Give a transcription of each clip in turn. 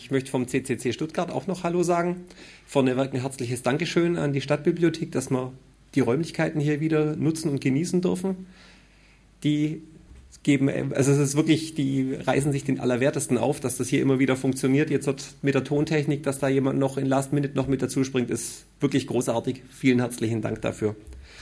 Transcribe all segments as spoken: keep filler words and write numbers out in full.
Ich möchte vom C C C Stuttgart auch noch Hallo sagen. Vorneweg ein herzliches Dankeschön an die Stadtbibliothek, dass wir die Räumlichkeiten hier wieder nutzen und genießen dürfen. Die geben, also es ist wirklich, die reißen sich den Allerwertesten auf, dass das hier immer wieder funktioniert. Jetzt mit der Tontechnik, dass da jemand noch in Last Minute noch mit dazu springt, ist wirklich großartig. Vielen herzlichen Dank dafür.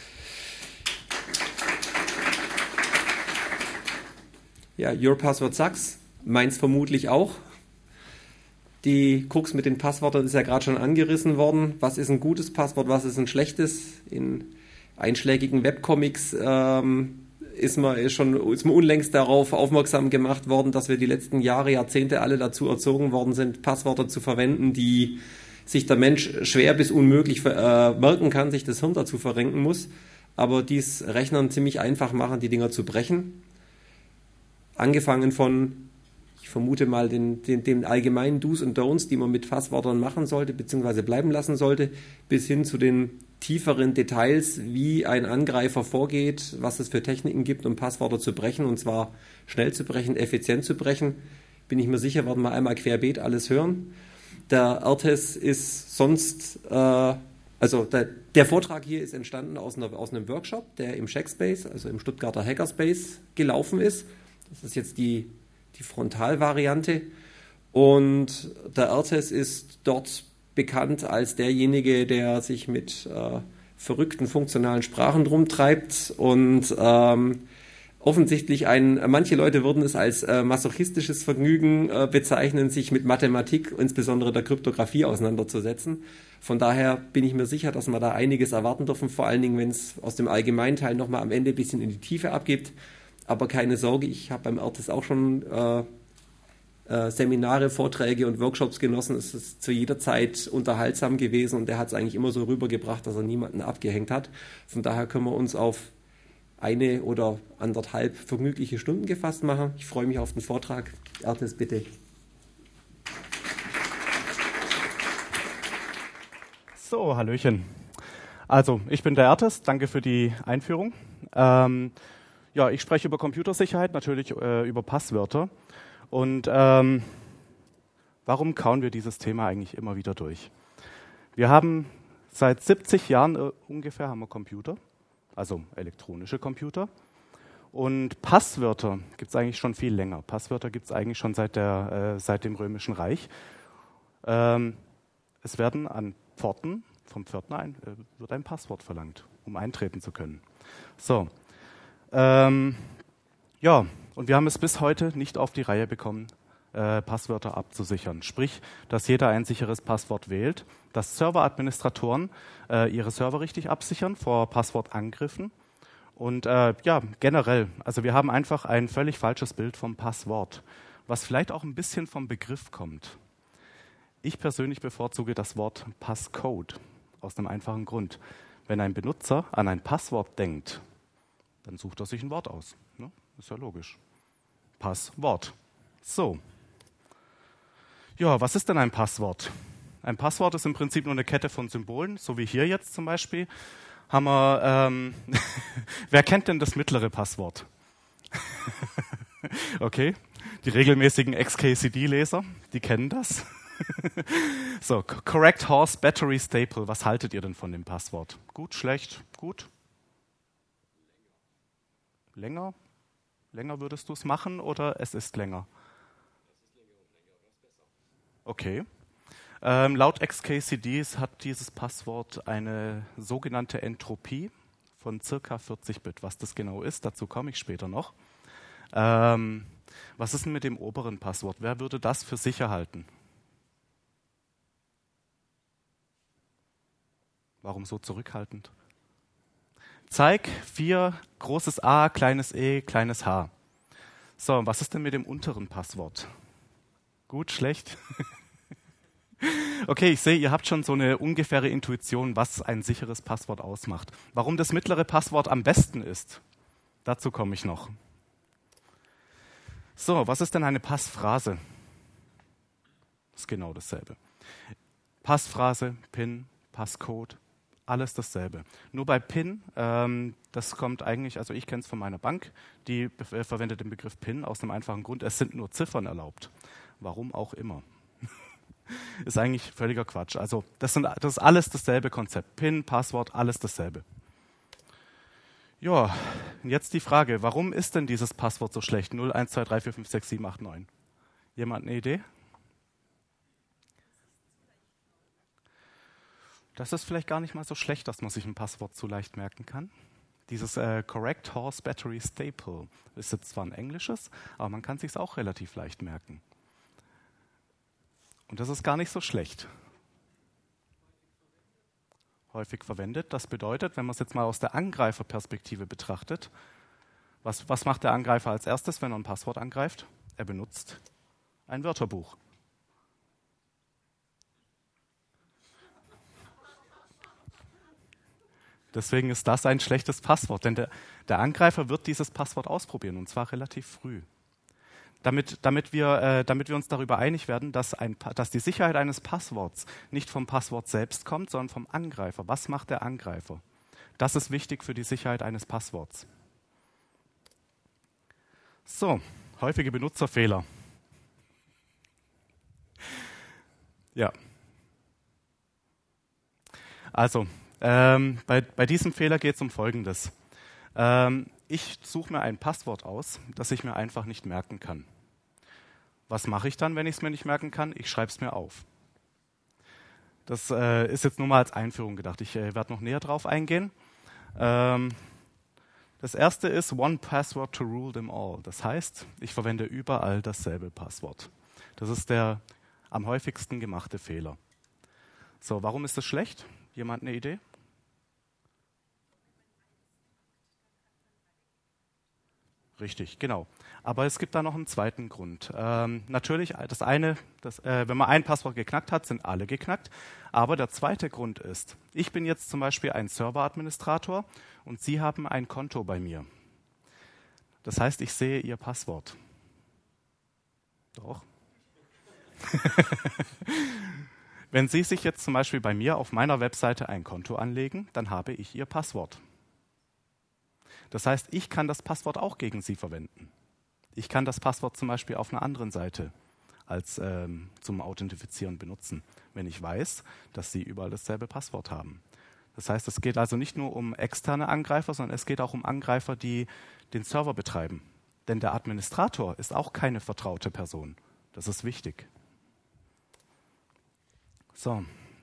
Ja, Your Password sucks. Meins vermutlich auch. Die Krux mit den Passwörtern ist ja gerade schon angerissen worden. Was ist ein gutes Passwort, was ist ein schlechtes? In einschlägigen Webcomics ähm, ist man ist schon ist man unlängst darauf aufmerksam gemacht worden, dass wir die letzten Jahre, Jahrzehnte alle dazu erzogen worden sind, Passwörter zu verwenden, die sich der Mensch schwer bis unmöglich äh, merken kann, sich das Hirn dazu verrenken muss, aber dies Rechnern ziemlich einfach machen, die Dinger zu brechen. Angefangen von, ich vermute mal, den, den, den allgemeinen Do's und Don'ts, die man mit Passwörtern machen sollte, beziehungsweise bleiben lassen sollte, bis hin zu den tieferen Details, wie ein Angreifer vorgeht, was es für Techniken gibt, um Passwörter zu brechen, und zwar schnell zu brechen, effizient zu brechen. Bin ich mir sicher, werden wir einmal querbeet alles hören. Der R T E S ist sonst, äh, also der, der Vortrag hier ist entstanden aus, einer, aus einem Workshop, der im Shackspace, also im Stuttgarter Hackerspace, gelaufen ist. Das ist jetzt die, die Frontalvariante. Und der R T E S ist dort bekannt als derjenige, der sich mit äh, verrückten funktionalen Sprachen rumtreibt und ähm, offensichtlich ein, manche Leute würden es als äh, masochistisches Vergnügen äh, bezeichnen, sich mit Mathematik, insbesondere der Kryptographie, auseinanderzusetzen. Von daher bin ich mir sicher, dass wir da einiges erwarten dürfen, vor allen Dingen, wenn es aus dem Allgemeinteil nochmal am Ende ein bisschen in die Tiefe abgibt. Aber keine Sorge, ich habe beim R T E S auch schon äh, äh, Seminare, Vorträge und Workshops genossen. Es ist zu jeder Zeit unterhaltsam gewesen und er hat es eigentlich immer so rübergebracht, dass er niemanden abgehängt hat. Von daher können wir uns auf eine oder anderthalb vergnügliche Stunden gefasst machen. Ich freue mich auf den Vortrag. R T E S, bitte. So, Hallöchen. Also, ich bin der R T E S. Danke für die Einführung. Ähm, Ja, ich spreche über Computersicherheit, natürlich äh, über Passwörter. Und ähm, warum kauen wir dieses Thema eigentlich immer wieder durch? Wir haben seit siebzig Jahren äh, ungefähr haben wir Computer, also elektronische Computer. Und Passwörter gibt es eigentlich schon viel länger. Passwörter gibt es eigentlich schon seit, der, äh, seit dem Römischen Reich. Ähm, es werden an Pforten vom Pförtner ein, äh, wird ein Passwort verlangt, um eintreten zu können. So. Ähm, ja, und wir haben es bis heute nicht auf die Reihe bekommen, äh, Passwörter abzusichern. Sprich, dass jeder ein sicheres Passwort wählt, dass Serveradministratoren äh, ihre Server richtig absichern vor Passwortangriffen. Und äh, ja, generell, also wir haben einfach ein völlig falsches Bild vom Passwort, was vielleicht auch ein bisschen vom Begriff kommt. Ich persönlich bevorzuge das Wort Passcode aus einem einfachen Grund. Wenn ein Benutzer an ein Passwort denkt, dann sucht er sich ein Wort aus. Ne? Ist ja logisch. Passwort. So. Ja, was ist denn ein Passwort? Ein Passwort ist im Prinzip nur eine Kette von Symbolen, so wie hier jetzt zum Beispiel. Haben wir, ähm, wer kennt denn das mittlere Passwort? Okay, die regelmäßigen X K C D-Leser, die kennen das. So, Correct Horse Battery Staple. Was haltet ihr denn von dem Passwort? Gut, schlecht, gut? Länger? Länger würdest du es machen oder es ist länger? Okay. Ähm, laut X K C Ds hat dieses Passwort eine sogenannte Entropie von circa vierzig Bit. Was das genau ist, dazu komme ich später noch. Ähm, was ist denn mit dem oberen Passwort? Wer würde das für sicher halten? Warum so zurückhaltend? Zeig vier, großes A, kleines E, kleines H. So, was ist denn mit dem unteren Passwort? Gut, schlecht? Okay, ich sehe, ihr habt schon so eine ungefähre Intuition, was ein sicheres Passwort ausmacht. Warum das mittlere Passwort am besten ist, dazu komme ich noch. So, was ist denn eine Passphrase? Das ist genau dasselbe. Passphrase, PIN, Passcode, alles dasselbe. Nur bei PIN, ähm, das kommt eigentlich, also ich kenne es von meiner Bank, die be- verwendet den Begriff PIN aus einem einfachen Grund, es sind nur Ziffern erlaubt. Warum auch immer. ist eigentlich völliger Quatsch. Also das, sind, das ist alles dasselbe Konzept. PIN, Passwort, alles dasselbe. Ja, und jetzt die Frage, warum ist denn dieses Passwort so schlecht? null eins zwei drei vier fünf sechs sieben acht neun. Jemand eine Idee? Das ist vielleicht gar nicht mal so schlecht, dass man sich ein Passwort zu leicht merken kann. Dieses äh, Correct Horse Battery Staple ist jetzt zwar ein englisches, aber man kann es sich auch relativ leicht merken. Und das ist gar nicht so schlecht. Häufig verwendet. Das bedeutet, wenn man es jetzt mal aus der Angreiferperspektive betrachtet, was, was macht der Angreifer als erstes, wenn er ein Passwort angreift? Er benutzt ein Wörterbuch. Deswegen ist das ein schlechtes Passwort, denn der, der Angreifer wird dieses Passwort ausprobieren, und zwar relativ früh. Damit, damit, wir, äh, damit wir uns darüber einig werden, dass, ein, dass die Sicherheit eines Passworts nicht vom Passwort selbst kommt, sondern vom Angreifer. Was macht der Angreifer? Das ist wichtig für die Sicherheit eines Passworts. So, häufige Benutzerfehler. Ja. Also, ähm, bei, bei diesem Fehler geht es um Folgendes. Ähm, ich suche mir ein Passwort aus, das ich mir einfach nicht merken kann. Was mache ich dann, wenn ich es mir nicht merken kann? Ich schreibe es mir auf. Das äh, ist jetzt nur mal als Einführung gedacht. Ich äh, werde noch näher drauf eingehen. Ähm, das erste ist One Password to rule them all. Das heißt, ich verwende überall dasselbe Passwort. Das ist der am häufigsten gemachte Fehler. So, warum ist das schlecht? Jemand eine Idee? Richtig, genau. Aber es gibt da noch einen zweiten Grund. Ähm, natürlich, das eine, das, äh, wenn man ein Passwort geknackt hat, sind alle geknackt. Aber der zweite Grund ist, ich bin jetzt zum Beispiel ein Serveradministrator und Sie haben ein Konto bei mir. Das heißt, ich sehe Ihr Passwort. Doch. Wenn Sie sich jetzt zum Beispiel bei mir auf meiner Webseite ein Konto anlegen, dann habe ich Ihr Passwort. Das heißt, ich kann das Passwort auch gegen Sie verwenden. Ich kann das Passwort zum Beispiel auf einer anderen Seite als ähm, zum Authentifizieren benutzen, wenn ich weiß, dass Sie überall dasselbe Passwort haben. Das heißt, es geht also nicht nur um externe Angreifer, sondern es geht auch um Angreifer, die den Server betreiben. Denn der Administrator ist auch keine vertraute Person. Das ist wichtig. So.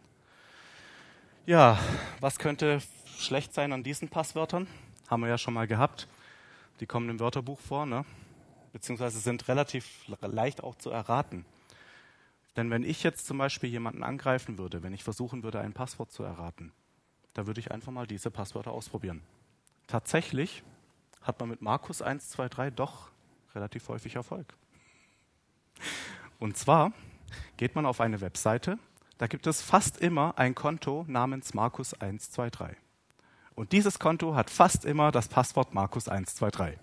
Ja, was könnte schlecht sein an diesen Passwörtern? Haben wir ja schon mal gehabt. Die kommen im Wörterbuch vor, ne? Beziehungsweise sind relativ leicht auch zu erraten. Denn wenn ich jetzt zum Beispiel jemanden angreifen würde, wenn ich versuchen würde, ein Passwort zu erraten, da würde ich einfach mal diese Passwörter ausprobieren. Tatsächlich hat man mit Markus eins zwei drei doch relativ häufig Erfolg. Und zwar geht man auf eine Webseite, da gibt es fast immer ein Konto namens Markus eins zwei drei. Und dieses Konto hat fast immer das Passwort Markus eins zwei drei.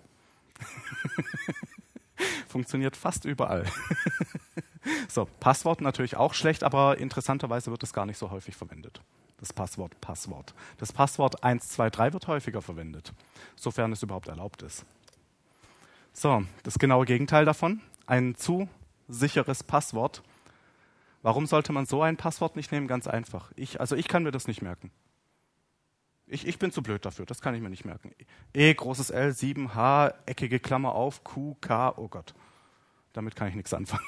Funktioniert fast überall. So, Passwort natürlich auch schlecht, aber interessanterweise wird es gar nicht so häufig verwendet. Das Passwort Passwort. Das Passwort eins zwei drei wird häufiger verwendet, sofern es überhaupt erlaubt ist. So, das genaue Gegenteil davon, ein zu sicheres Passwort. Warum sollte man so ein Passwort nicht nehmen? Ganz einfach. Ich, also ich kann mir das nicht merken. Ich, ich bin zu blöd dafür, das kann ich mir nicht merken. E, großes L, sieben, H, eckige Klammer auf, Q, K, oh Gott. Damit kann ich nichts anfangen.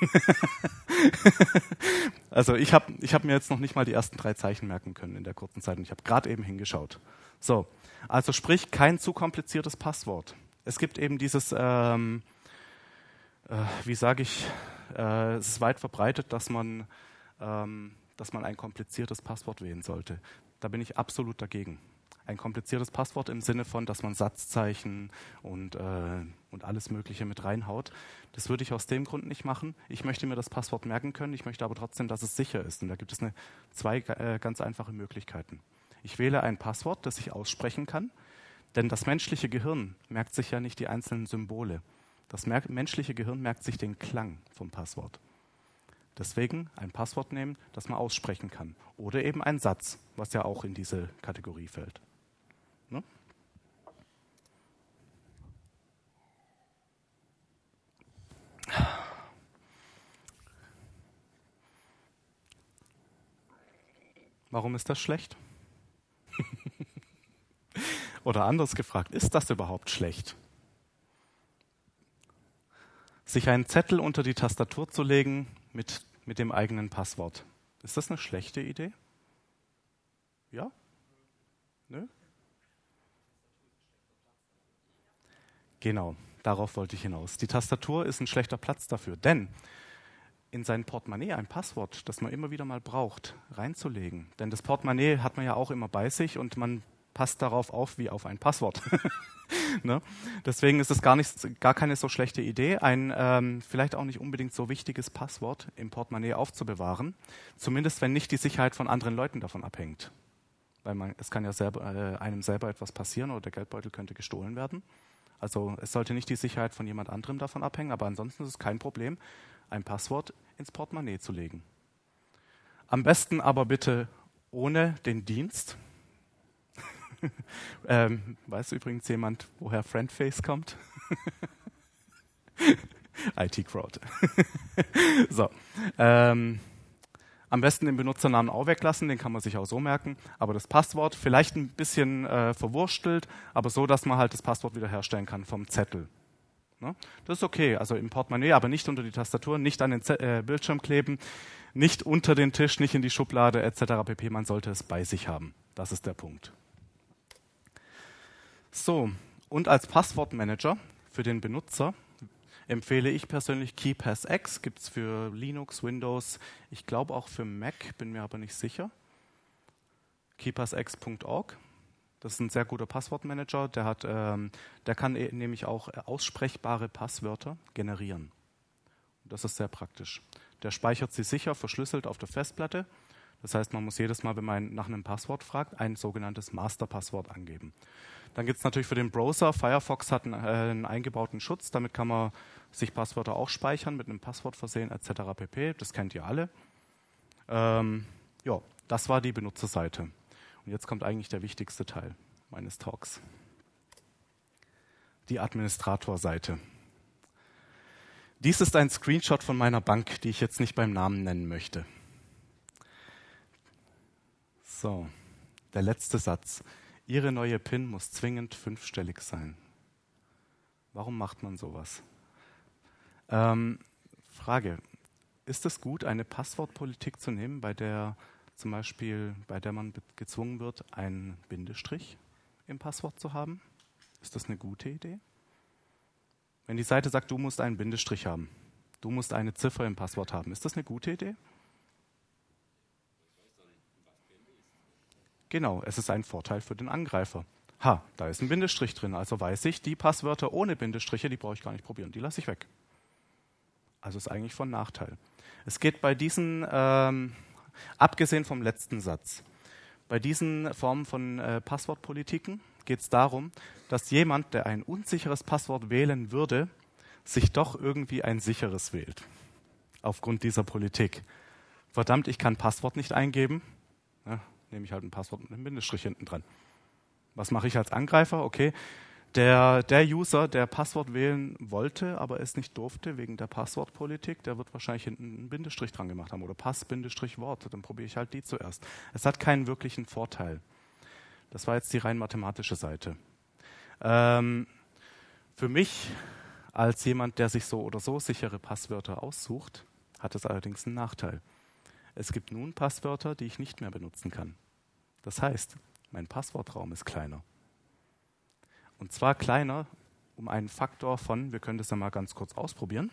Also ich habe ich hab mir jetzt noch nicht mal die ersten drei Zeichen merken können in der kurzen Zeit und ich habe gerade eben hingeschaut. So, also sprich, kein zu kompliziertes Passwort. Es gibt eben dieses, ähm, äh, wie sage ich, äh, es ist weit verbreitet, dass man, ähm, dass man ein kompliziertes Passwort wählen sollte. Da bin ich absolut dagegen. Ein kompliziertes Passwort im Sinne von, dass man Satzzeichen und, äh, und alles Mögliche mit reinhaut. Das würde ich aus dem Grund nicht machen. Ich möchte mir das Passwort merken können, ich möchte aber trotzdem, dass es sicher ist. Und da gibt es eine, zwei äh, ganz einfache Möglichkeiten. Ich wähle ein Passwort, das ich aussprechen kann, denn das menschliche Gehirn merkt sich ja nicht die einzelnen Symbole. Das mer- menschliche Gehirn merkt sich den Klang vom Passwort. Deswegen ein Passwort nehmen, das man aussprechen kann. Oder eben ein Satz, was ja auch in diese Kategorie fällt. Ne? Warum ist das schlecht? Oder anders gefragt, ist das überhaupt schlecht? Sich einen Zettel unter die Tastatur zu legen mit, mit dem eigenen Passwort. Ist das eine schlechte Idee? Ja? Nö? Genau, darauf wollte ich hinaus. Die Tastatur ist ein schlechter Platz dafür, denn in sein Portemonnaie ein Passwort, das man immer wieder mal braucht, reinzulegen. Denn das Portemonnaie hat man ja auch immer bei sich und man passt darauf auf wie auf ein Passwort. Ne? Deswegen ist es gar, nicht, gar keine so schlechte Idee, ein ähm, vielleicht auch nicht unbedingt so wichtiges Passwort im Portemonnaie aufzubewahren, zumindest wenn nicht die Sicherheit von anderen Leuten davon abhängt. Weil man, es kann ja selber, äh, einem selber etwas passieren oder der Geldbeutel könnte gestohlen werden. Also es sollte nicht die Sicherheit von jemand anderem davon abhängen, aber ansonsten ist es kein Problem, ein Passwort ins Portemonnaie zu legen. Am besten aber bitte ohne den Dienst. ähm, weiß übrigens jemand, woher Friendface kommt? I T-Crowd. So. Ähm, am besten den Benutzernamen auch weglassen, den kann man sich auch so merken. Aber das Passwort vielleicht ein bisschen äh, verwurstelt, aber so, dass man halt das Passwort wiederherstellen kann vom Zettel. Ne? Das ist okay, also im Portemonnaie, aber nicht unter die Tastatur, nicht an den Z- äh, Bildschirm kleben, nicht unter den Tisch, nicht in die Schublade et cetera pp. Man sollte es bei sich haben. Das ist der Punkt. So, und als Passwortmanager für den Benutzer empfehle ich persönlich KeePassX, gibt es für Linux, Windows, ich glaube auch für Mac, bin mir aber nicht sicher. keepassx punkt org. Das ist ein sehr guter Passwortmanager, der, hat, ähm, der kann e- nämlich auch aussprechbare Passwörter generieren. Das ist sehr praktisch. Der speichert sie sicher verschlüsselt auf der Festplatte. Das heißt, man muss jedes Mal, wenn man nach einem Passwort fragt, ein sogenanntes Masterpasswort angeben. Dann gibt es natürlich für den Browser, Firefox hat einen, äh, einen eingebauten Schutz, damit kann man sich Passwörter auch speichern, mit einem Passwort versehen et cetera pp. Das kennt ihr alle. Ähm, ja, das war die Benutzerseite. Und jetzt kommt eigentlich der wichtigste Teil meines Talks. Die Administratorseite. Dies ist ein Screenshot von meiner Bank, die ich jetzt nicht beim Namen nennen möchte. So, der letzte Satz. Ihre neue PIN muss zwingend fünfstellig sein. Warum macht man sowas? Ähm, Frage. Ist es gut, eine Passwortpolitik zu nehmen, bei der zum Beispiel, bei der man gezwungen wird, einen Bindestrich im Passwort zu haben? Ist das eine gute Idee? Wenn die Seite sagt, du musst einen Bindestrich haben, du musst eine Ziffer im Passwort haben, ist das eine gute Idee? Genau, es ist ein Vorteil für den Angreifer. Ha, da ist ein Bindestrich drin, also weiß ich, die Passwörter ohne Bindestriche, die brauche ich gar nicht probieren, die lasse ich weg. Also ist eigentlich von Nachteil. Es geht bei diesen, ähm, abgesehen vom letzten Satz, bei diesen Formen von äh, Passwortpolitiken geht es darum, dass jemand, der ein unsicheres Passwort wählen würde, sich doch irgendwie ein sicheres wählt. Aufgrund dieser Politik. Verdammt, ich kann Passwort nicht eingeben. Ja, nehme ich halt ein Passwort mit einem Bindestrich hinten dran. Was mache ich als Angreifer? Okay, der, der User, der Passwort wählen wollte, aber es nicht durfte wegen der Passwortpolitik, der wird wahrscheinlich hinten einen Bindestrich dran gemacht haben oder Pass-Wort. Dann probiere ich halt die zuerst. Es hat keinen wirklichen Vorteil. Das war jetzt die rein mathematische Seite. Ähm, für mich als jemand, der sich so oder so sichere Passwörter aussucht, hat es allerdings einen Nachteil. Es gibt nun Passwörter, die ich nicht mehr benutzen kann. Das heißt, mein Passwortraum ist kleiner. Und zwar kleiner um einen Faktor von, wir können das ja mal ganz kurz ausprobieren.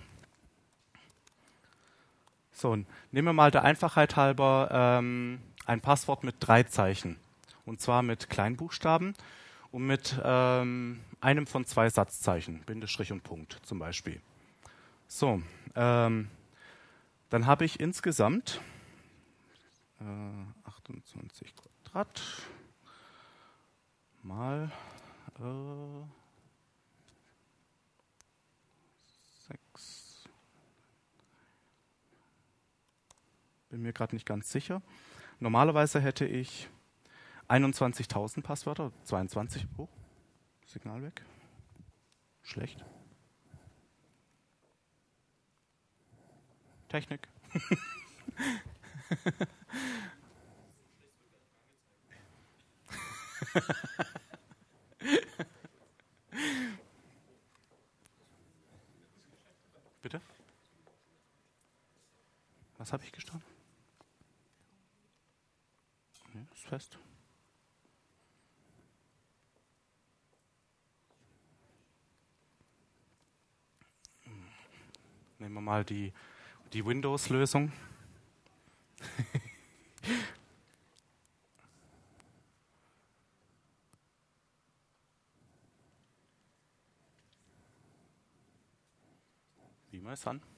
So, nehmen wir mal der Einfachheit halber ähm, ein Passwort mit drei Zeichen. Und zwar mit Kleinbuchstaben und mit ähm, einem von zwei Satzzeichen, Bindestrich und Punkt zum Beispiel. So, ähm, dann habe ich insgesamt äh, achtundzwanzig Quadrat mal äh, sechs. Bin mir gerade nicht ganz sicher. Normalerweise hätte ich einundzwanzigtausend Passwörter, zweiundzwanzig. Oh, Signal weg. Schlecht. Technik. Bitte? Was habe ich gestartet? Nee, ist fest. Nehmen wir mal die, die Windows-Lösung. Wie mal es an?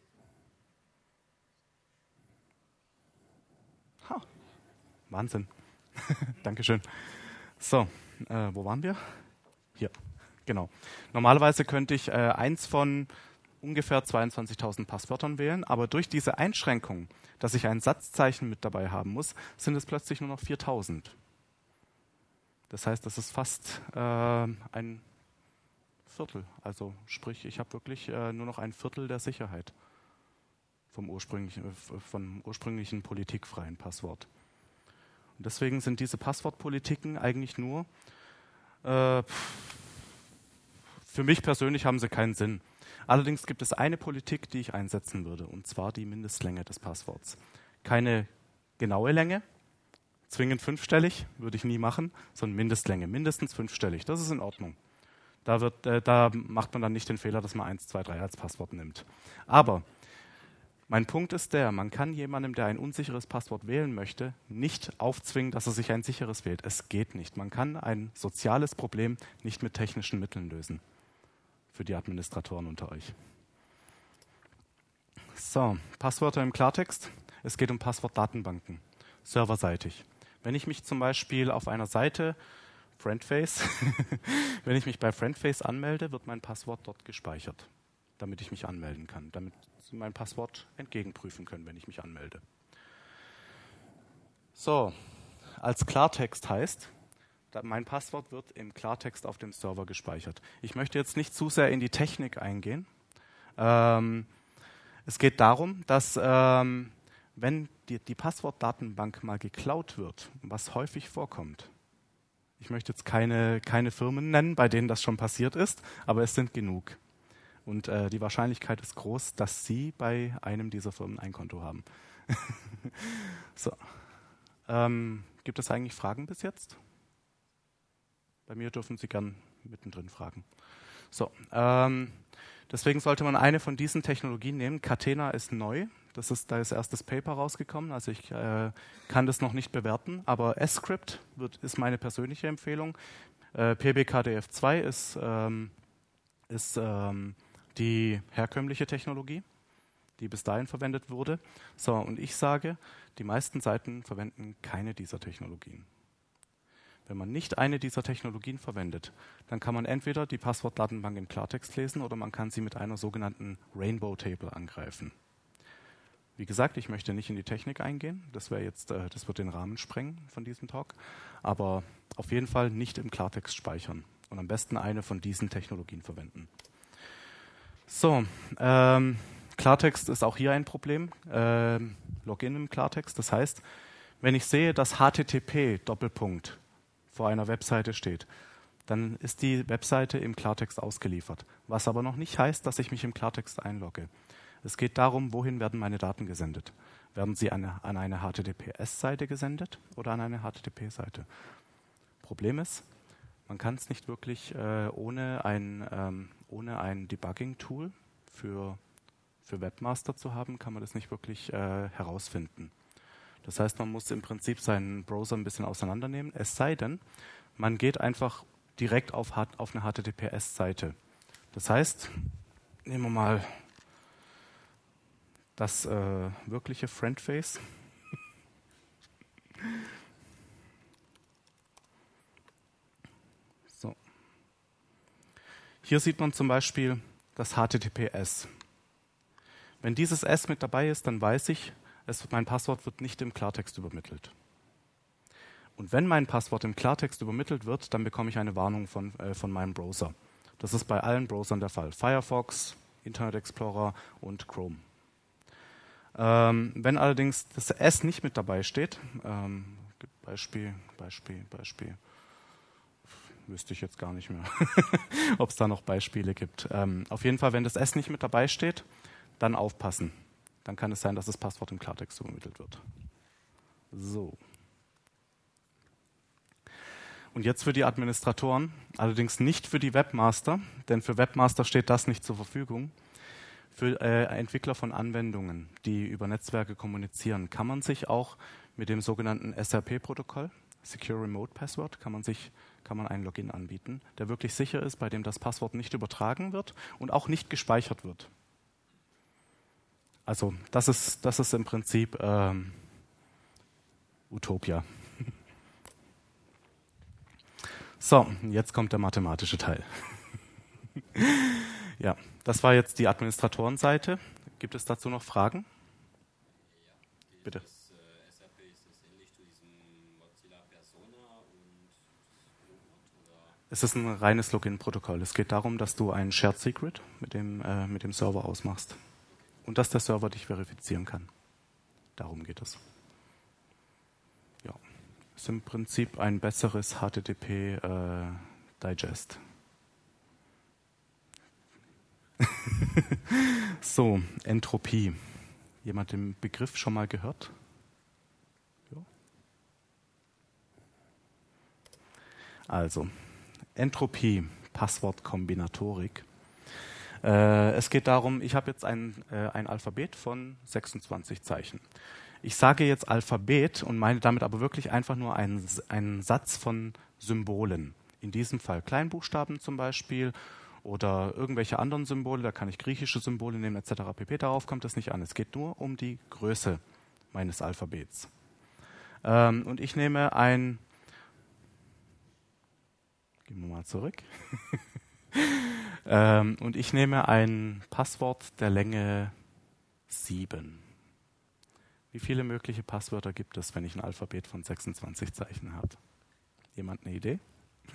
Ha. Wahnsinn. Dankeschön. So, äh, wo waren wir? Hier, genau. Normalerweise könnte ich äh, eins von ungefähr zweiundzwanzigtausend Passwörtern wählen, aber durch diese Einschränkung, dass ich ein Satzzeichen mit dabei haben muss, sind es plötzlich nur noch viertausend. Das heißt, das ist fast äh, ein Viertel. Also sprich, ich habe wirklich äh, nur noch ein Viertel der Sicherheit vom ursprünglichen, äh, vom ursprünglichen politikfreien Passwort. Und deswegen sind diese Passwortpolitiken eigentlich nur, äh, für mich persönlich haben sie keinen Sinn. Allerdings gibt es eine Politik, die ich einsetzen würde, und zwar die Mindestlänge des Passworts. Keine genaue Länge, zwingend fünfstellig, würde ich nie machen, sondern Mindestlänge, mindestens fünfstellig. Das ist in Ordnung. Da, wird, äh, da macht man dann nicht den Fehler, dass man eins, zwei, drei als Passwort nimmt. Aber mein Punkt ist der, man kann jemandem, der ein unsicheres Passwort wählen möchte, nicht aufzwingen, dass er sich ein sicheres wählt. Es geht nicht. Man kann ein soziales Problem nicht mit technischen Mitteln lösen. Für die Administratoren unter euch. So, Passwörter im Klartext. Es geht um Passwortdatenbanken, serverseitig. Wenn ich mich zum Beispiel auf einer Seite, Friendface, wenn ich mich bei Friendface anmelde, wird mein Passwort dort gespeichert, damit ich mich anmelden kann, damit Sie mein Passwort entgegenprüfen können, wenn ich mich anmelde. So, als Klartext heißt, mein Passwort wird im Klartext auf dem Server gespeichert. Ich möchte jetzt nicht zu sehr in die Technik eingehen. Ähm, es geht darum, dass ähm, wenn die, die Passwortdatenbank mal geklaut wird, was häufig vorkommt, ich möchte jetzt keine, keine Firmen nennen, bei denen das schon passiert ist, aber es sind genug. Und äh, die Wahrscheinlichkeit ist groß, dass Sie bei einem dieser Firmen ein Konto haben. So. Ähm, gibt es eigentlich Fragen bis jetzt? Bei mir dürfen Sie gern mittendrin fragen. So, ähm, deswegen sollte man eine von diesen Technologien nehmen. Catena ist neu. Das ist, da ist erst das Paper rausgekommen. Also ich äh, kann das noch nicht bewerten. Aber S-Script wird, ist meine persönliche Empfehlung. Äh, P B K D F zwei ist, ähm, ist ähm, die herkömmliche Technologie, die bis dahin verwendet wurde. So, und ich sage, die meisten Seiten verwenden keine dieser Technologien. Wenn man nicht eine dieser Technologien verwendet, dann kann man entweder die Passwortdatenbank im Klartext lesen oder man kann sie mit einer sogenannten Rainbow Table angreifen. Wie gesagt, ich möchte nicht in die Technik eingehen, das wäre jetzt, äh, das wird den Rahmen sprengen von diesem Talk, aber auf jeden Fall nicht im Klartext speichern und am besten eine von diesen Technologien verwenden. So, ähm, Klartext ist auch hier ein Problem, ähm, Login im Klartext, das heißt, wenn ich sehe, dass H T T P Doppelpunkt vor einer Webseite steht, dann ist die Webseite im Klartext ausgeliefert. Was aber noch nicht heißt, dass ich mich im Klartext einlogge. Es geht darum, wohin werden meine Daten gesendet. Werden sie an eine, an eine H T T P S-Seite gesendet oder an eine H T T P-Seite? Problem ist, man kann es nicht wirklich äh, ohne ein, ähm, ohne ein Debugging-Tool für, für Webmaster zu haben, kann man das nicht wirklich äh, herausfinden. Das heißt, man muss im Prinzip seinen Browser ein bisschen auseinandernehmen, es sei denn, man geht einfach direkt auf, auf eine H T T P S-Seite. Das heißt, nehmen wir mal das äh, wirkliche Friendface. So. Hier sieht man zum Beispiel das H T T P S. Wenn dieses S mit dabei ist, dann weiß ich, es, mein Passwort wird nicht im Klartext übermittelt. Und wenn mein Passwort im Klartext übermittelt wird, dann bekomme ich eine Warnung von, äh, von meinem Browser. Das ist bei allen Browsern der Fall. Firefox, Internet Explorer und Chrome. Ähm, wenn allerdings das S nicht mit dabei steht, ähm, Beispiel, Beispiel, Beispiel, wüsste ich jetzt gar nicht mehr, ob es da noch Beispiele gibt. Ähm, auf jeden Fall, wenn das S nicht mit dabei steht, dann aufpassen. Dann kann es sein, dass das Passwort im Klartext übermittelt wird. So. Und jetzt für die Administratoren, allerdings nicht für die Webmaster, denn für Webmaster steht das nicht zur Verfügung. Für äh, Entwickler von Anwendungen, die über Netzwerke kommunizieren, kann man sich auch mit dem sogenannten S R P-Protokoll, Secure Remote Password, kann man sich kann man einen Login anbieten, der wirklich sicher ist, bei dem das Passwort nicht übertragen wird und auch nicht gespeichert wird. Also das ist, das ist im Prinzip ähm, Utopia. So, jetzt kommt der mathematische Teil. Ja, das war jetzt die Administratorenseite. Gibt es dazu noch Fragen? Ja, Bitte. Das äh, S R P, ist das ähnlich zu diesem Mozilla Persona und oder? Es ist ein reines Login-Protokoll. Es geht darum, dass du einen Shared Secret mit dem, äh, mit dem Server ausmachst. Und dass der Server dich verifizieren kann. Darum geht es. Ja, ist im Prinzip ein besseres H T T P äh, Digest. So, Entropie. Jemand den Begriff schon mal gehört? Ja. Also, Entropie, Passwortkombinatorik. Äh, es geht darum, ich habe jetzt ein, äh, ein Alphabet von sechsundzwanzig Zeichen. Ich sage jetzt Alphabet und meine damit aber wirklich einfach nur einen, einen Satz von Symbolen. In diesem Fall Kleinbuchstaben zum Beispiel oder irgendwelche anderen Symbole, da kann ich griechische Symbole nehmen et cetera pp. Darauf kommt es nicht an. Es geht nur um die Größe meines Alphabets. Ähm, und ich nehme ein, gehen wir mal zurück, ähm, und ich nehme ein Passwort der Länge sieben. Wie viele mögliche Passwörter gibt es, wenn ich ein Alphabet von sechsundzwanzig Zeichen habe? Jemand eine Idee?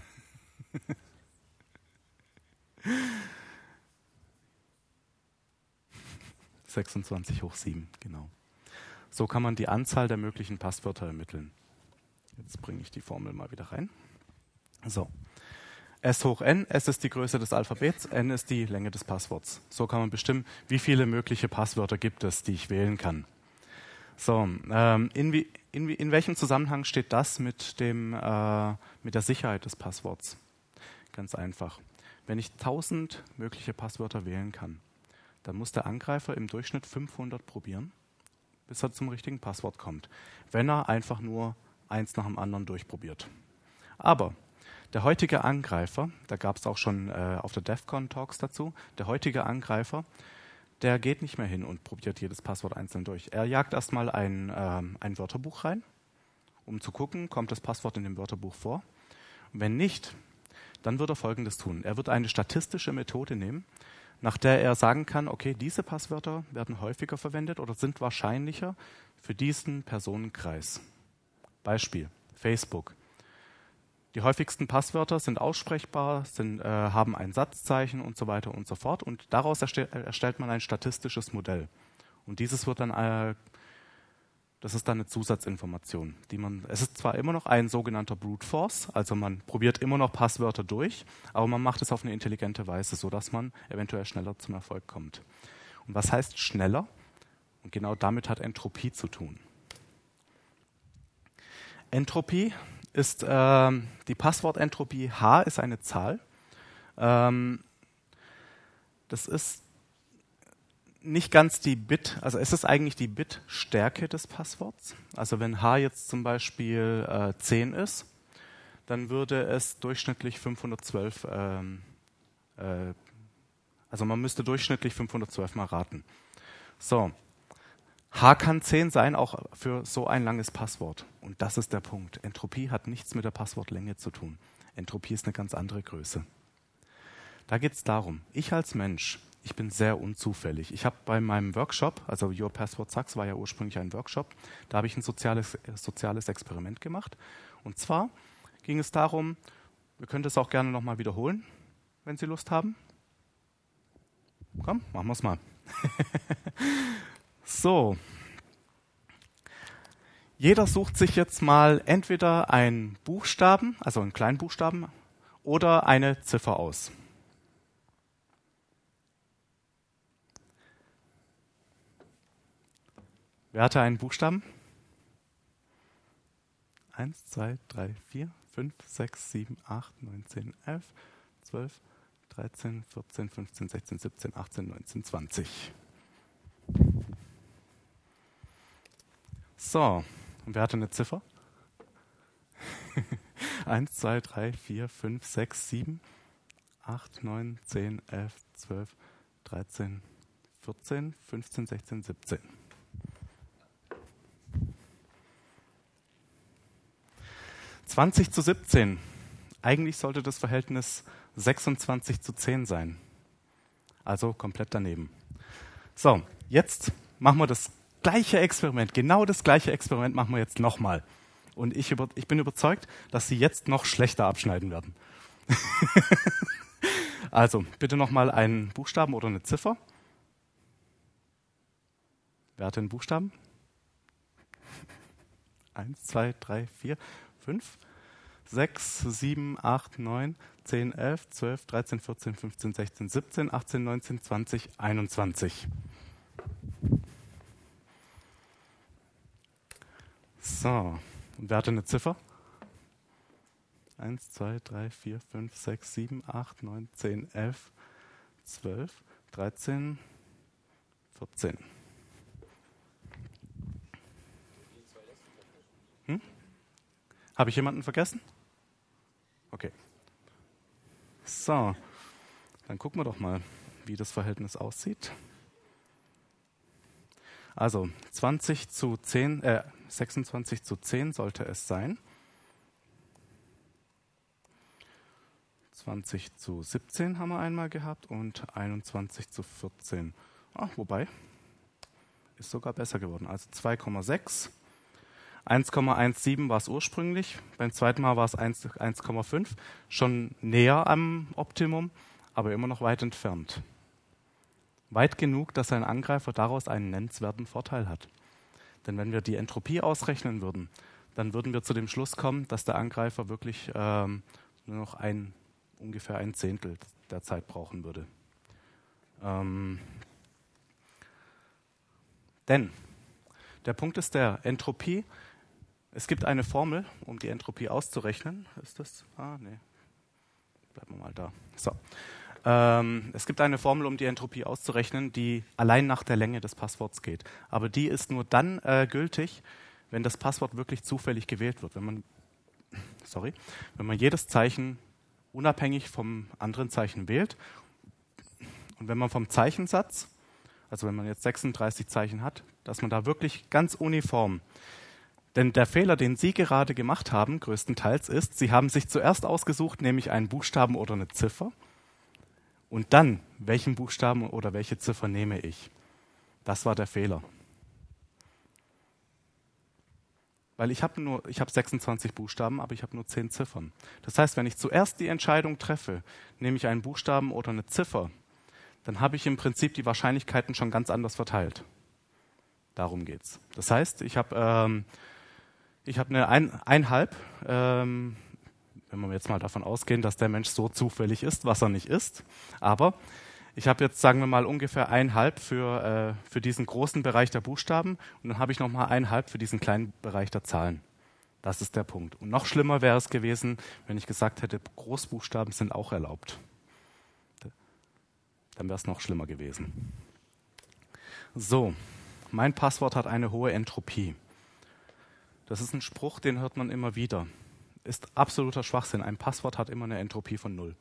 sechsundzwanzig hoch sieben, genau. So kann man die Anzahl der möglichen Passwörter ermitteln. Jetzt bringe ich die Formel mal wieder rein. So. S hoch n, S ist die Größe des Alphabets, n ist die Länge des Passworts. So kann man bestimmen, wie viele mögliche Passwörter gibt es, die ich wählen kann. So, ähm, in, wie, in, in welchem Zusammenhang steht das mit, dem, äh, mit der Sicherheit des Passworts? Ganz einfach. Wenn ich tausend mögliche Passwörter wählen kann, dann muss der Angreifer im Durchschnitt fünfhundert probieren, bis er zum richtigen Passwort kommt, wenn er einfach nur eins nach dem anderen durchprobiert. Aber der heutige Angreifer, da gab es auch schon äh, auf der DEFCON Talks dazu, der heutige Angreifer, der geht nicht mehr hin und probiert jedes Passwort einzeln durch. Er jagt erstmal ein, äh, ein Wörterbuch rein, um zu gucken, kommt das Passwort in dem Wörterbuch vor. Und wenn nicht, dann wird er Folgendes tun. Er wird eine statistische Methode nehmen, nach der er sagen kann, okay, diese Passwörter werden häufiger verwendet oder sind wahrscheinlicher für diesen Personenkreis. Beispiel, Facebook. Die häufigsten Passwörter sind aussprechbar, sind, äh, haben ein Satzzeichen und so weiter und so fort. Und daraus erstell, erstellt man ein statistisches Modell. Und dieses wird dann, äh, das ist dann eine Zusatzinformation, die man. Es ist zwar immer noch ein sogenannter Brute Force, also man probiert immer noch Passwörter durch, aber man macht es auf eine intelligente Weise, sodass man eventuell schneller zum Erfolg kommt. Und was heißt schneller? Und genau damit hat Entropie zu tun. Entropie ist ähm, die Passwortentropie H ist eine Zahl. Ähm, das ist nicht ganz die Bit, also es ist eigentlich die Bitstärke des Passworts. Also wenn H jetzt zum Beispiel äh, zehn ist, dann würde es durchschnittlich fünfhundertzwölf, ähm, äh, also man müsste durchschnittlich fünfhundertzwölf mal raten. So, H kann zehn sein, auch für so ein langes Passwort. Und das ist der Punkt. Entropie hat nichts mit der Passwortlänge zu tun. Entropie ist eine ganz andere Größe. Da geht es darum, ich als Mensch, ich bin sehr unzufällig. Ich habe bei meinem Workshop, also Your Password Sucks war ja ursprünglich ein Workshop, da habe ich ein soziales, soziales Experiment gemacht. Und zwar ging es darum, wir können das auch gerne nochmal wiederholen, wenn Sie Lust haben. Komm, machen wir es mal. So. Jeder sucht sich jetzt mal entweder einen Buchstaben, also einen kleinen Buchstaben, oder eine Ziffer aus? Wer hatte einen Buchstaben? eins, zwei, drei, vier, fünf, sechs, sieben, acht, neun, zehn, elf, zwölf, dreizehn, vierzehn, fünfzehn, sechzehn, siebzehn, achtzehn, neunzehn, zwanzig. So, und wer hatte eine Ziffer? eins, zwei, drei, vier, fünf, sechs, sieben, acht, neun, zehn, elf, zwölf, dreizehn, vierzehn, fünfzehn, sechzehn, siebzehn. zwanzig zu siebzehn. Eigentlich sollte das Verhältnis sechsundzwanzig zu zehn sein. Also komplett daneben. So, jetzt machen wir das gleiche Experiment. Genau das gleiche Experiment machen wir jetzt nochmal. Und ich, über, ich bin überzeugt, dass Sie jetzt noch schlechter abschneiden werden. Also, bitte nochmal einen Buchstaben oder eine Ziffer. Wer hat den Buchstaben? Eins, zwei, drei, vier, fünf, sechs, sieben, acht, neun, zehn, elf, zwölf, dreizehn, vierzehn, fünfzehn, sechzehn, siebzehn, achtzehn, neunzehn, zwanzig, einundzwanzig. So, und wer hatte eine Ziffer? eins, zwei, drei, vier, fünf, sechs, sieben, acht, neun, zehn, elf, zwölf, dreizehn, vierzehn. Hm? Habe ich jemanden vergessen? Okay. So, dann gucken wir doch mal, wie das Verhältnis aussieht. Also zwanzig zu zehn, äh, sechsundzwanzig zu zehn sollte es sein. zwanzig zu siebzehn haben wir einmal gehabt und einundzwanzig zu vierzehn. Ah, wobei, ist sogar besser geworden. Also zwei Komma sechs. eins Komma siebzehn war es ursprünglich, beim zweiten Mal war es eins Komma fünf, schon näher am Optimum, aber immer noch weit entfernt. Weit genug, dass ein Angreifer daraus einen nennenswerten Vorteil hat. Denn wenn wir die Entropie ausrechnen würden, dann würden wir zu dem Schluss kommen, dass der Angreifer wirklich ähm, nur noch ein, ungefähr ein Zehntel der Zeit brauchen würde. Ähm, denn der Punkt ist der Entropie. Es gibt eine Formel, um die Entropie auszurechnen. Ist das? Ah, nee. Bleiben wir mal da. So. Ähm, es gibt eine Formel, um die Entropie auszurechnen, die allein nach der Länge des Passworts geht. Aber die ist nur dann äh, gültig, wenn das Passwort wirklich zufällig gewählt wird. Wenn man, sorry, wenn man jedes Zeichen unabhängig vom anderen Zeichen wählt und wenn man vom Zeichensatz, also wenn man jetzt sechsunddreißig Zeichen hat, dass man da wirklich ganz uniform. Denn der Fehler, den Sie gerade gemacht haben, größtenteils ist, Sie haben sich zuerst ausgesucht, nämlich einen Buchstaben oder eine Ziffer. Und dann, welchen Buchstaben oder welche Ziffer nehme ich? Das war der Fehler. Weil ich habe nur, ich habe sechsundzwanzig Buchstaben, aber ich habe nur zehn Ziffern. Das heißt, wenn ich zuerst die Entscheidung treffe, nehme ich einen Buchstaben oder eine Ziffer, dann habe ich im Prinzip die Wahrscheinlichkeiten schon ganz anders verteilt. Darum geht's. Das heißt, ich habe ähm, ich habe eine ein, einhalb, ähm, wenn wir jetzt mal davon ausgehen, dass der Mensch so zufällig ist, was er nicht ist. Aber ich habe jetzt, sagen wir mal, ungefähr einhalb für, äh, für diesen großen Bereich der Buchstaben und dann habe ich nochmal einhalb für diesen kleinen Bereich der Zahlen. Das ist der Punkt. Und noch schlimmer wäre es gewesen, wenn ich gesagt hätte, Großbuchstaben sind auch erlaubt. Dann wäre es noch schlimmer gewesen. So, mein Passwort hat eine hohe Entropie. Das ist ein Spruch, den hört man immer wieder. Ist absoluter Schwachsinn. Ein Passwort hat immer eine Entropie von null.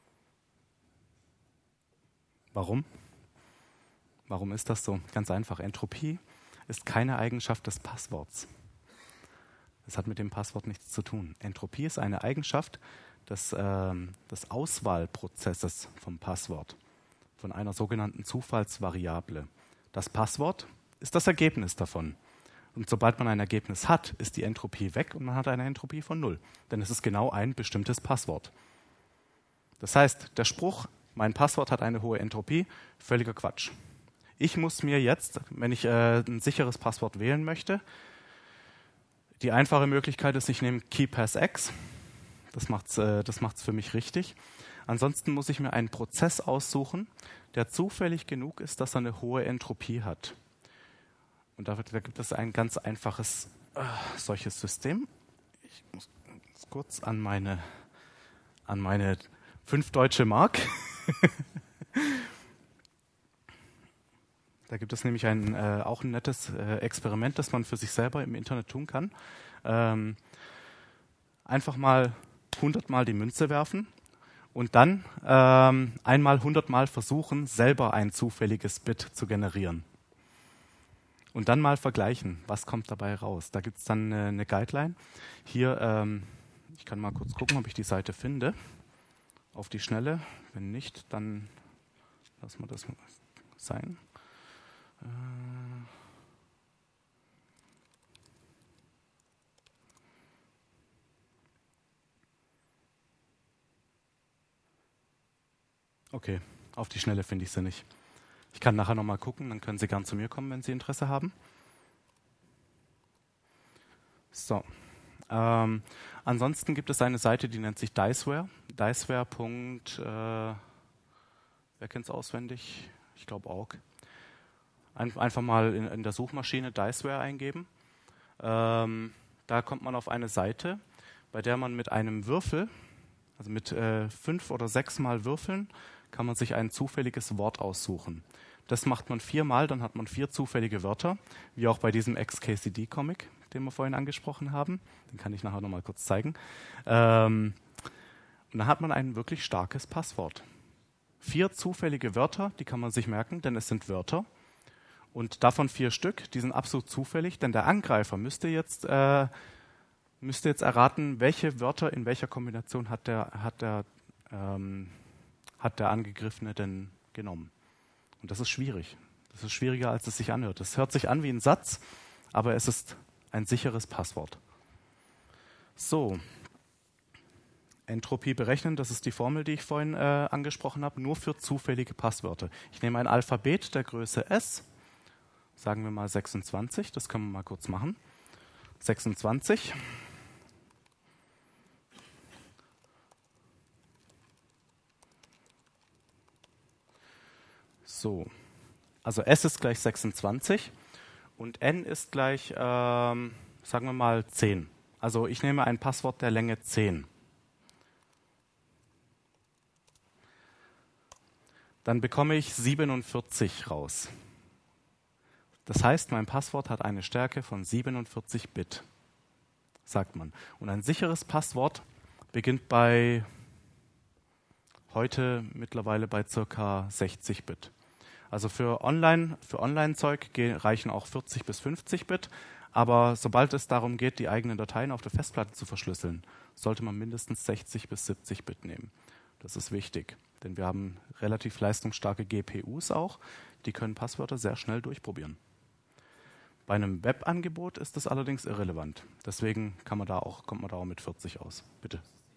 Warum? Warum ist das so? Ganz einfach. Entropie ist keine Eigenschaft des Passworts. Das hat mit dem Passwort nichts zu tun. Entropie ist eine Eigenschaft des, äh, des Auswahlprozesses vom Passwort, von einer sogenannten Zufallsvariable. Das Passwort ist das Ergebnis davon. Und sobald man ein Ergebnis hat, ist die Entropie weg und man hat eine Entropie von null. Denn es ist genau ein bestimmtes Passwort. Das heißt, der Spruch, mein Passwort hat eine hohe Entropie, völliger Quatsch. Ich muss mir jetzt, wenn ich äh, ein sicheres Passwort wählen möchte, die einfache Möglichkeit ist, ich nehme KeyPassX. Das macht's, äh, das macht's für mich richtig. Ansonsten muss ich mir einen Prozess aussuchen, der zufällig genug ist, dass er eine hohe Entropie hat. Und da, da gibt es ein ganz einfaches äh, solches System. Ich muss kurz an meine, an meine fünf deutsche Mark. Da gibt es nämlich ein, äh, auch ein nettes äh, Experiment, das man für sich selber im Internet tun kann. Ähm, einfach mal hundert Mal die Münze werfen und dann ähm, einmal hundert Mal versuchen, selber ein zufälliges Bit zu generieren. Und dann mal vergleichen, was kommt dabei raus. Da gibt es dann eine, eine Guideline. Hier, ähm, ich kann mal kurz gucken, ob ich die Seite finde. Auf die Schnelle. Wenn nicht, dann lassen wir das mal sein. Okay, auf die Schnelle finde ich sie nicht. Ich kann nachher nochmal gucken, dann können Sie gern zu mir kommen, wenn Sie Interesse haben. So. Ähm, ansonsten gibt es eine Seite, die nennt sich Diceware. Diceware. Äh, wer kennt es auswendig? Ich glaube auch. Ein, einfach mal in, in der Suchmaschine Diceware eingeben. Ähm, da kommt man auf eine Seite, bei der man mit einem Würfel, also mit äh, fünf oder sechs Mal Würfeln, kann man sich ein zufälliges Wort aussuchen. Das macht man viermal, dann hat man vier zufällige Wörter, wie auch bei diesem X K C D-Comic, den wir vorhin angesprochen haben. Den kann ich nachher nochmal kurz zeigen. Ähm, und dann hat man ein wirklich starkes Passwort. Vier zufällige Wörter, die kann man sich merken, denn es sind Wörter. Und davon vier Stück, die sind absolut zufällig, denn der Angreifer müsste jetzt, äh, müsste jetzt erraten, welche Wörter in welcher Kombination hat der, hat der, ähm, hat der Angegriffene denn genommen. Und das ist schwierig. Das ist schwieriger, als es sich anhört. Das hört sich an wie ein Satz, aber es ist ein sicheres Passwort. So. Entropie berechnen, das ist die Formel, die ich vorhin äh, angesprochen habe, nur für zufällige Passwörter. Ich nehme ein Alphabet der Größe S, sagen wir mal sechsundzwanzig, das können wir mal kurz machen. sechsundzwanzig. So, also S ist gleich sechsundzwanzig und N ist gleich, ähm, sagen wir mal, zehn. Also ich nehme ein Passwort der Länge zehn. Dann bekomme ich siebenundvierzig raus. Das heißt, mein Passwort hat eine Stärke von siebenundvierzig Bit, sagt man. Und ein sicheres Passwort beginnt bei heute mittlerweile bei ca. sechzig Bit. Also für Online, für Online-Zeug reichen auch vierzig bis fünfzig Bit, aber sobald es darum geht, die eigenen Dateien auf der Festplatte zu verschlüsseln, sollte man mindestens sechzig bis siebzig Bit nehmen. Das ist wichtig, denn wir haben relativ leistungsstarke G P Us auch, die können Passwörter sehr schnell durchprobieren. Bei einem Webangebot ist das allerdings irrelevant. Deswegen kann man da auch, kommt man da auch mit vierzig aus. Bitte.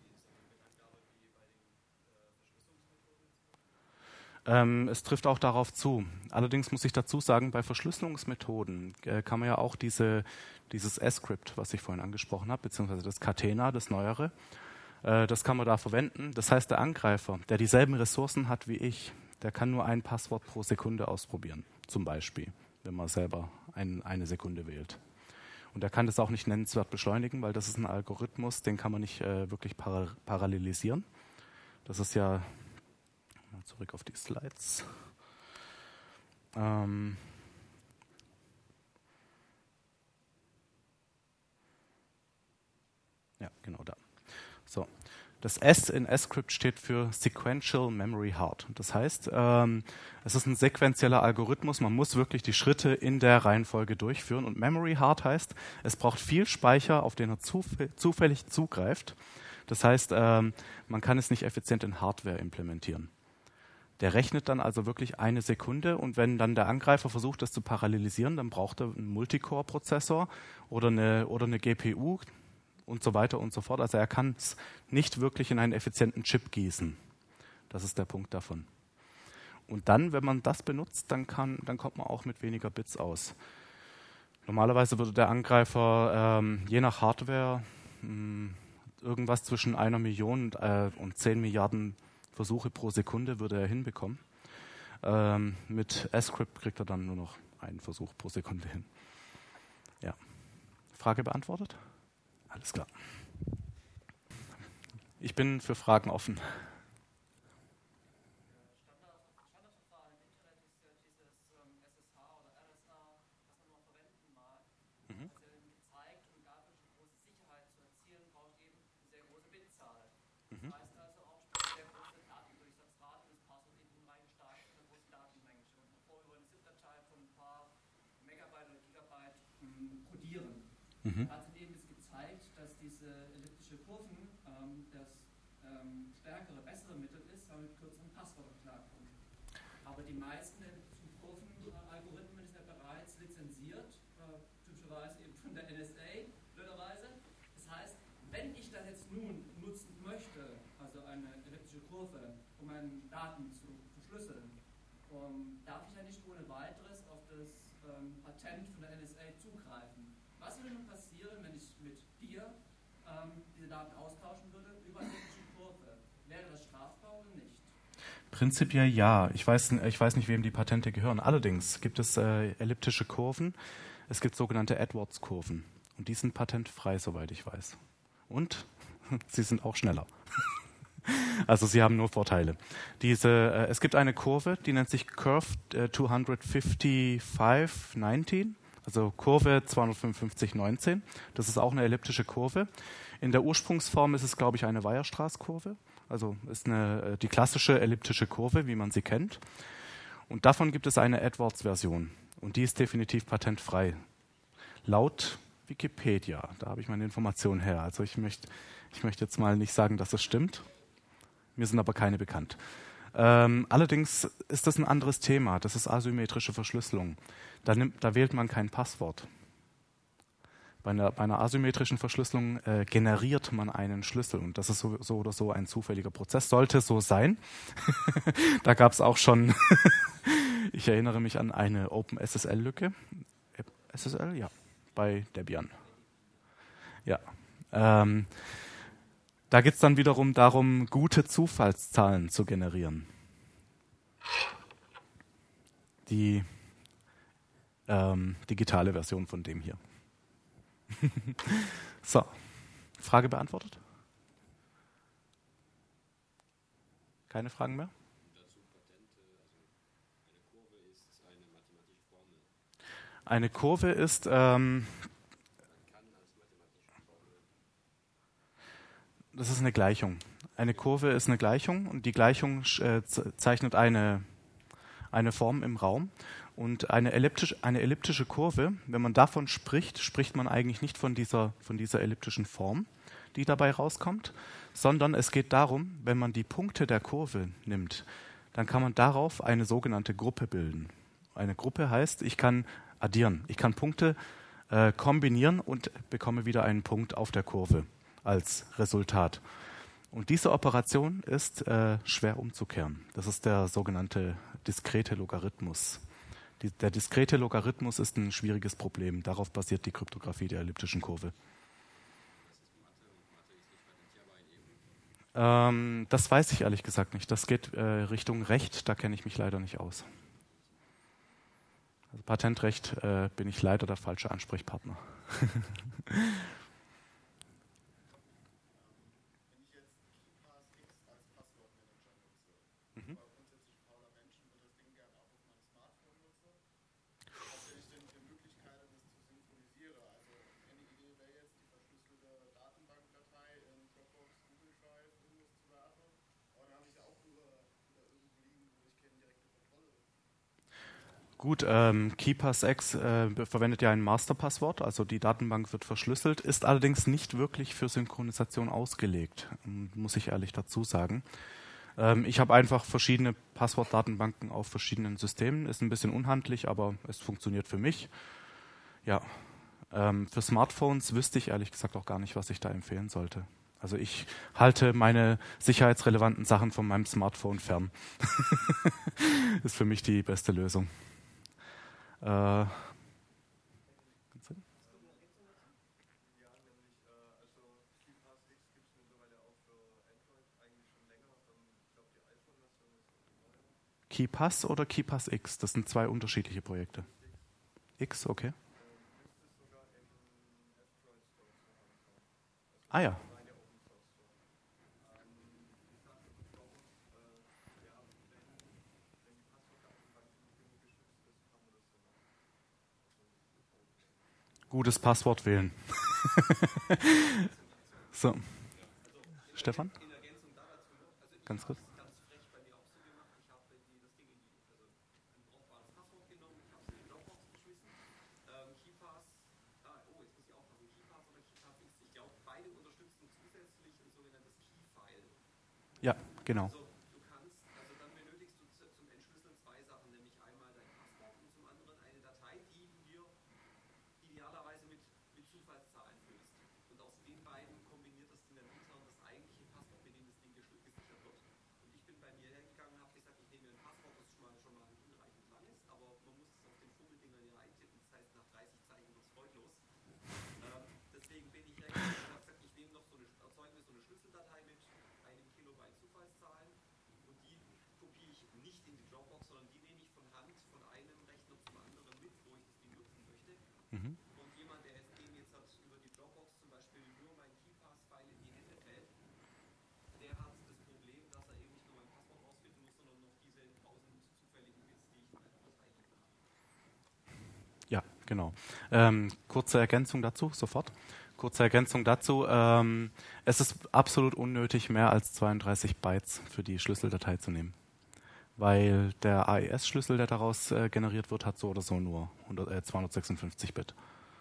Ähm, es trifft auch darauf zu. Allerdings muss ich dazu sagen, bei Verschlüsselungsmethoden äh, kann man ja auch diese, dieses S-Script, was ich vorhin angesprochen habe, beziehungsweise das Catena, das Neuere, äh, das kann man da verwenden. Das heißt, der Angreifer, der dieselben Ressourcen hat wie ich, der kann nur ein Passwort pro Sekunde ausprobieren, zum Beispiel, wenn man selber ein, eine Sekunde wählt. Und er kann das auch nicht nennenswert beschleunigen, weil das ist ein Algorithmus, den kann man nicht äh, wirklich para- parallelisieren. Das ist ja... Zurück auf die Slides. Ähm ja, genau da. So. Das S in S-Script steht für Sequential Memory Hard. Das heißt, ähm, es ist ein sequenzieller Algorithmus. Man muss wirklich die Schritte in der Reihenfolge durchführen. Und Memory Hard heißt, es braucht viel Speicher, auf den er zuf- zufällig zugreift. Das heißt, ähm, man kann es nicht effizient in Hardware implementieren. Der rechnet dann also wirklich eine Sekunde und wenn dann der Angreifer versucht, das zu parallelisieren, dann braucht er einen Multicore-Prozessor oder eine, oder eine G P U und so weiter und so fort. Also er kann es nicht wirklich in einen effizienten Chip gießen. Das ist der Punkt davon. Und dann, wenn man das benutzt, dann, kann, dann kommt man auch mit weniger Bits aus. Normalerweise würde der Angreifer ähm, je nach Hardware mh, irgendwas zwischen einer Million und, äh, und zehn Milliarden Versuche pro Sekunde würde er hinbekommen. Ähm, mit Scrypt kriegt er dann nur noch einen Versuch pro Sekunde hin. Ja. Frage beantwortet? Alles klar. Ich bin für Fragen offen. Mhm. Da hat sich eben gezeigt, dass diese elliptische Kurven ähm, das ähm, stärkere, bessere Mittel ist, weil mit kürzeren Passwörtern klarkommt. Aber die meisten elliptischen Kurven-Algorithmen sind ja bereits lizenziert, äh, typischerweise eben von der N S A, blöderweise. Das heißt, wenn ich das jetzt nun nutzen möchte, also eine elliptische Kurve, um meine Daten zu verschlüsseln, um, darf ich ja nicht ohne weiteres auf das ähm, Patent von der N S A zugreifen. Was würde nun passieren, wenn ich mit dir ähm, diese Daten austauschen würde über eine elliptische Kurve? Wäre das strafbar oder nicht? Prinzipiell ja. Ich weiß, ich weiß nicht, wem die Patente gehören. Allerdings gibt es äh, elliptische Kurven. Es gibt sogenannte Edwards-Kurven. Und die sind patentfrei, soweit ich weiß. Und sie sind auch schneller. Also sie haben nur Vorteile. Diese, äh, es gibt eine Kurve, die nennt sich Curve äh, zweihundertfünfundfünfzig neunzehn. Also Kurve zweihundertfünfundfünfzig neunzehn, das ist auch eine elliptische Kurve. In der Ursprungsform ist es, glaube ich, eine Weierstraßkurve. Also ist eine, die klassische elliptische Kurve, wie man sie kennt. Und davon gibt es eine Edwards-Version. Und die ist definitiv patentfrei. Laut Wikipedia, da habe ich meine Informationen her. Also ich möchte, ich möchte jetzt mal nicht sagen, dass es stimmt. Mir sind aber keine bekannt. Ähm, allerdings ist das ein anderes Thema. Das ist asymmetrische Verschlüsselung. Da, nimmt, da wählt man kein Passwort. Bei einer, bei einer asymmetrischen Verschlüsselung äh, generiert man einen Schlüssel. Und das ist so, so oder so ein zufälliger Prozess. Sollte so sein. Da gab es auch schon, ich erinnere mich an eine OpenSSL-Lücke. S S L? Ja. Bei Debian. Ja. Ähm, Da geht es dann wiederum darum, gute Zufallszahlen zu generieren. Die ähm, digitale Version von dem hier. So, Frage beantwortet? Keine Fragen mehr? Dazu Patente, also eine Kurve ist eine mathematische Formel. Eine Kurve ist ähm, das ist eine Gleichung. Eine Kurve ist eine Gleichung und die Gleichung äh, zeichnet eine, eine Form im Raum. Und eine elliptische, eine elliptische Kurve, wenn man davon spricht, spricht man eigentlich nicht von dieser, von dieser elliptischen Form, die dabei rauskommt, sondern es geht darum, wenn man die Punkte der Kurve nimmt, dann kann man darauf eine sogenannte Gruppe bilden. Eine Gruppe heißt, ich kann addieren, ich kann Punkte äh, kombinieren und bekomme wieder einen Punkt auf der Kurve als Resultat. Und diese Operation ist äh, schwer umzukehren. Das ist der sogenannte diskrete Logarithmus. Die, der diskrete Logarithmus ist ein schwieriges Problem. Darauf basiert die Kryptographie der elliptischen Kurve. Ähm, das weiß ich ehrlich gesagt nicht. Das geht äh, Richtung Recht, da kenne ich mich leider nicht aus. Also Patentrecht äh, bin ich leider der falsche Ansprechpartner. Gut, ähm, KeePassX äh, verwendet ja ein Masterpasswort, also die Datenbank wird verschlüsselt, ist allerdings nicht wirklich für Synchronisation ausgelegt, muss ich ehrlich dazu sagen. Ähm, ich habe einfach verschiedene Passwortdatenbanken auf verschiedenen Systemen, ist ein bisschen unhandlich, aber es funktioniert für mich. Ja, ähm, für Smartphones wüsste ich ehrlich gesagt auch gar nicht, was ich da empfehlen sollte. Also ich halte meine sicherheitsrelevanten Sachen von meinem Smartphone fern. Ist für mich die beste Lösung. Äh, KeePass oder KeePass X? Das sind zwei unterschiedliche Projekte. X, okay. Ah ja. Gutes Passwort wählen. So. Stefan? Ganz kurz. Ja, genau. Also du kannst, also dann benötigst du z- zum Entschlüsseln zwei Sachen, nämlich einmal dein Passwort und zum anderen eine Datei, die du dir idealerweise mit, mit Zufallszahlen füllst. Und aus den beiden kombiniert das Ding dann intern das eigentliche Passwort, mit dem das Ding geschl- gesichert wird. Und ich bin bei mir hergegangen und habe gesagt, ich nehme mir ein Passwort, das schon mal, schon mal hinreichend lang ist, aber man muss es auf den Fummeldingern hier eintippen, das heißt nach dreißig Zeichen wird es freudlos. Ähm, deswegen bin ich hergegangen und habe gesagt, ich nehme noch so eine, erzeuge mir so eine Schlüsseldatei mit einem Kilobyte Zufallszahlen und die kopiere ich nicht in die Dropbox, sondern die nehme ich von Hand von einem Rechner zum anderen mit, wo ich das Ding nutzen möchte. Mhm. Und jemand, der jetzt dem jetzt hat über die Dropbox zum Beispiel nur mein KeePass-File in die Hände fällt, der hat das Problem, dass er eben nicht nur mein Passwort rausfinden muss, sondern noch diese tausend zufälligen Bits, die ich in einer Datei habe. Ja, genau. Ähm, kurze Ergänzung dazu, sofort. Kurze Ergänzung dazu. Ähm, es ist absolut unnötig, mehr als zweiunddreißig Bytes für die Schlüsseldatei zu nehmen. Weil der A E S-Schlüssel, der daraus äh, generiert wird, hat so oder so nur hundert, äh, zweihundertsechsundfünfzig Bit.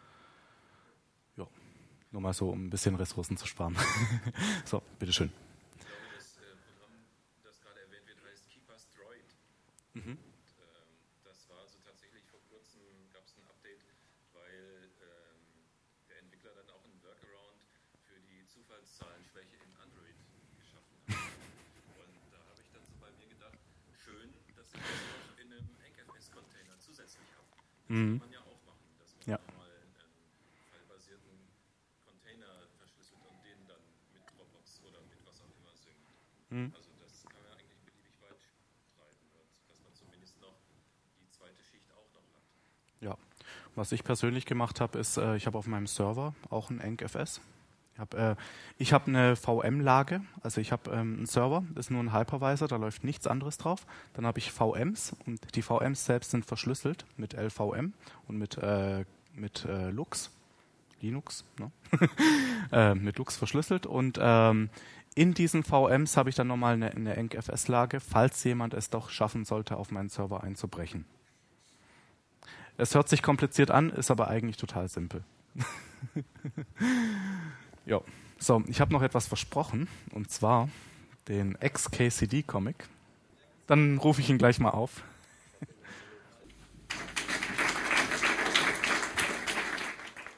Ja, nur mal so, um ein bisschen Ressourcen zu sparen. So, bitteschön. Ich glaube, das äh, Programm, das gerade erwähnt wird, heißt KeePass Droid. Mhm. Und, ähm, das war also tatsächlich vor kurzem, gab es ein Update, weil ähm, der Entwickler dann auch einen Workaround für die Zufallszahlenschwäche in Android geschaffen hat. Und da habe ich dann so bei mir gedacht, schön, dass ich das noch in einem N K F S-Container zusätzlich habe. Das Mhm. kann man ja auch machen, dass man Ja. nochmal einen fallbasierten Container verschlüsselt und den dann mit Dropbox oder mit was auch immer synkt. Mhm. Also das kann man eigentlich beliebig weit treiben, dass man zumindest noch die zweite Schicht auch noch hat. Ja. Was ich persönlich gemacht habe, ist, äh, ich habe auf meinem Server auch ein N K F S. Ich habe äh, ich hab eine V M-Lage, also ich habe ähm, einen Server, das ist nur ein Hypervisor, da läuft nichts anderes drauf. Dann habe ich V Ms und die V Ms selbst sind verschlüsselt mit L V M und mit, äh, mit äh, Lux, Linux, ne? äh, mit Lux verschlüsselt. Und ähm, in diesen V Ms habe ich dann nochmal eine, eine N K F S-Lage, falls jemand es doch schaffen sollte, auf meinen Server einzubrechen. Es hört sich kompliziert an, ist aber eigentlich total simpel. Ja, so, ich habe noch etwas versprochen, und zwar den X K C D-Comic. Dann rufe ich ihn gleich mal auf.